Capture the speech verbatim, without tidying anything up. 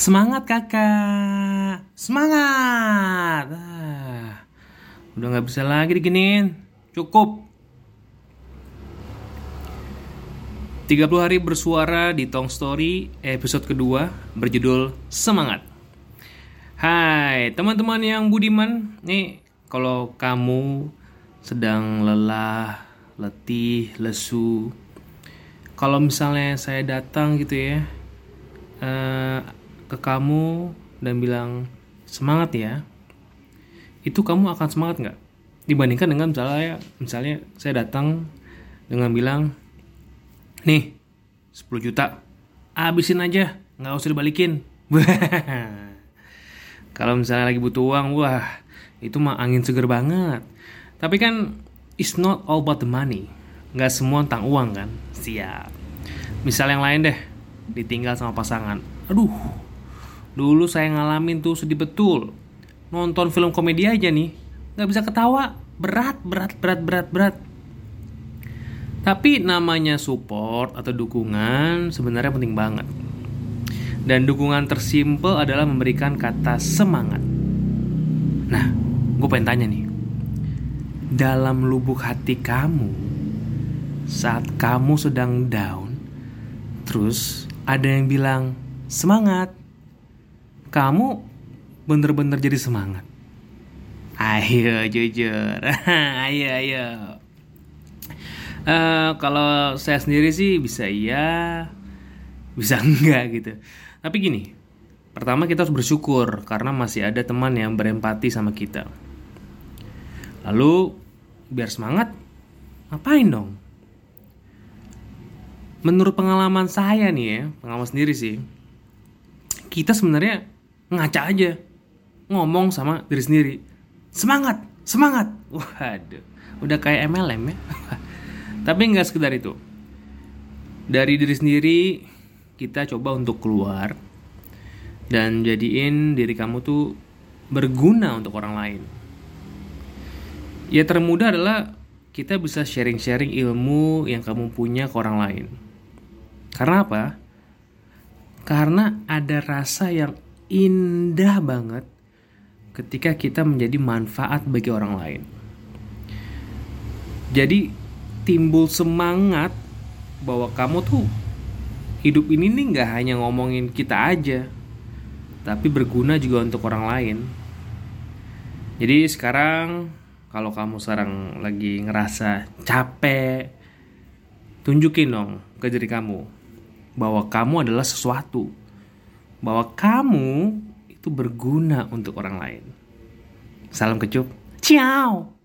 Semangat kakak, semangat. Ah, udah gak bisa lagi diginiin, cukup. tiga puluh hari bersuara di Tong Story episode kedua berjudul Semangat. Hai teman-teman yang budiman. Nih kalau kamu sedang lelah, letih, lesu, kalau misalnya saya datang gitu ya uh, ke kamu dan bilang semangat ya, itu kamu akan semangat nggak? Dibandingkan dengan misalnya, misalnya saya datang dengan bilang, nih sepuluh juta, habisin aja, nggak usah dibalikin. Kalau misalnya lagi butuh uang, wah itu mah angin seger banget. Tapi kan it's not all about the money. Nggak semua tentang uang kan. Siap. Misal yang lain deh, ditinggal sama pasangan. Aduh, dulu saya ngalamin tuh sedih betul. Nonton film komedi aja nih, nggak bisa ketawa. Berat, berat, berat, berat, berat. Tapi namanya support atau dukungan sebenarnya penting banget. Dan dukungan tersimpel adalah memberikan kata semangat. Nah, gue pengen tanya nih, dalam lubuk hati kamu, saat kamu sedang down, terus ada yang bilang semangat, kamu bener-bener jadi semangat? Ayo jujur. Ayo ayo. Uh, kalau saya sendiri sih bisa iya, bisa enggak gitu. Tapi gini, pertama kita harus bersyukur karena masih ada teman yang berempati sama kita. Lalu biar semangat, ngapain dong? Menurut pengalaman saya nih ya, pengalaman sendiri sih, kita sebenarnya ngaca aja, ngomong sama diri sendiri, semangat, semangat. Waduh, udah kayak M L M ya. Tapi gak sekedar itu. Dari diri sendiri kita coba untuk keluar dan jadiin diri kamu tuh berguna untuk orang lain. Ya termudah adalah kita bisa sharing-sharing ilmu yang kamu punya ke orang lain. Karena apa? Karena ada rasa yang indah banget ketika kita menjadi manfaat bagi orang lain. Jadi timbul semangat bahwa kamu tuh hidup ini nih gak hanya ngomongin kita aja, tapi berguna juga untuk orang lain. Jadi sekarang kalau kamu sekarang lagi ngerasa capek, tunjukin dong ke diri kamu bahwa kamu adalah sesuatu, bahwa kamu itu berguna untuk orang lain. Salam kecup, ciao.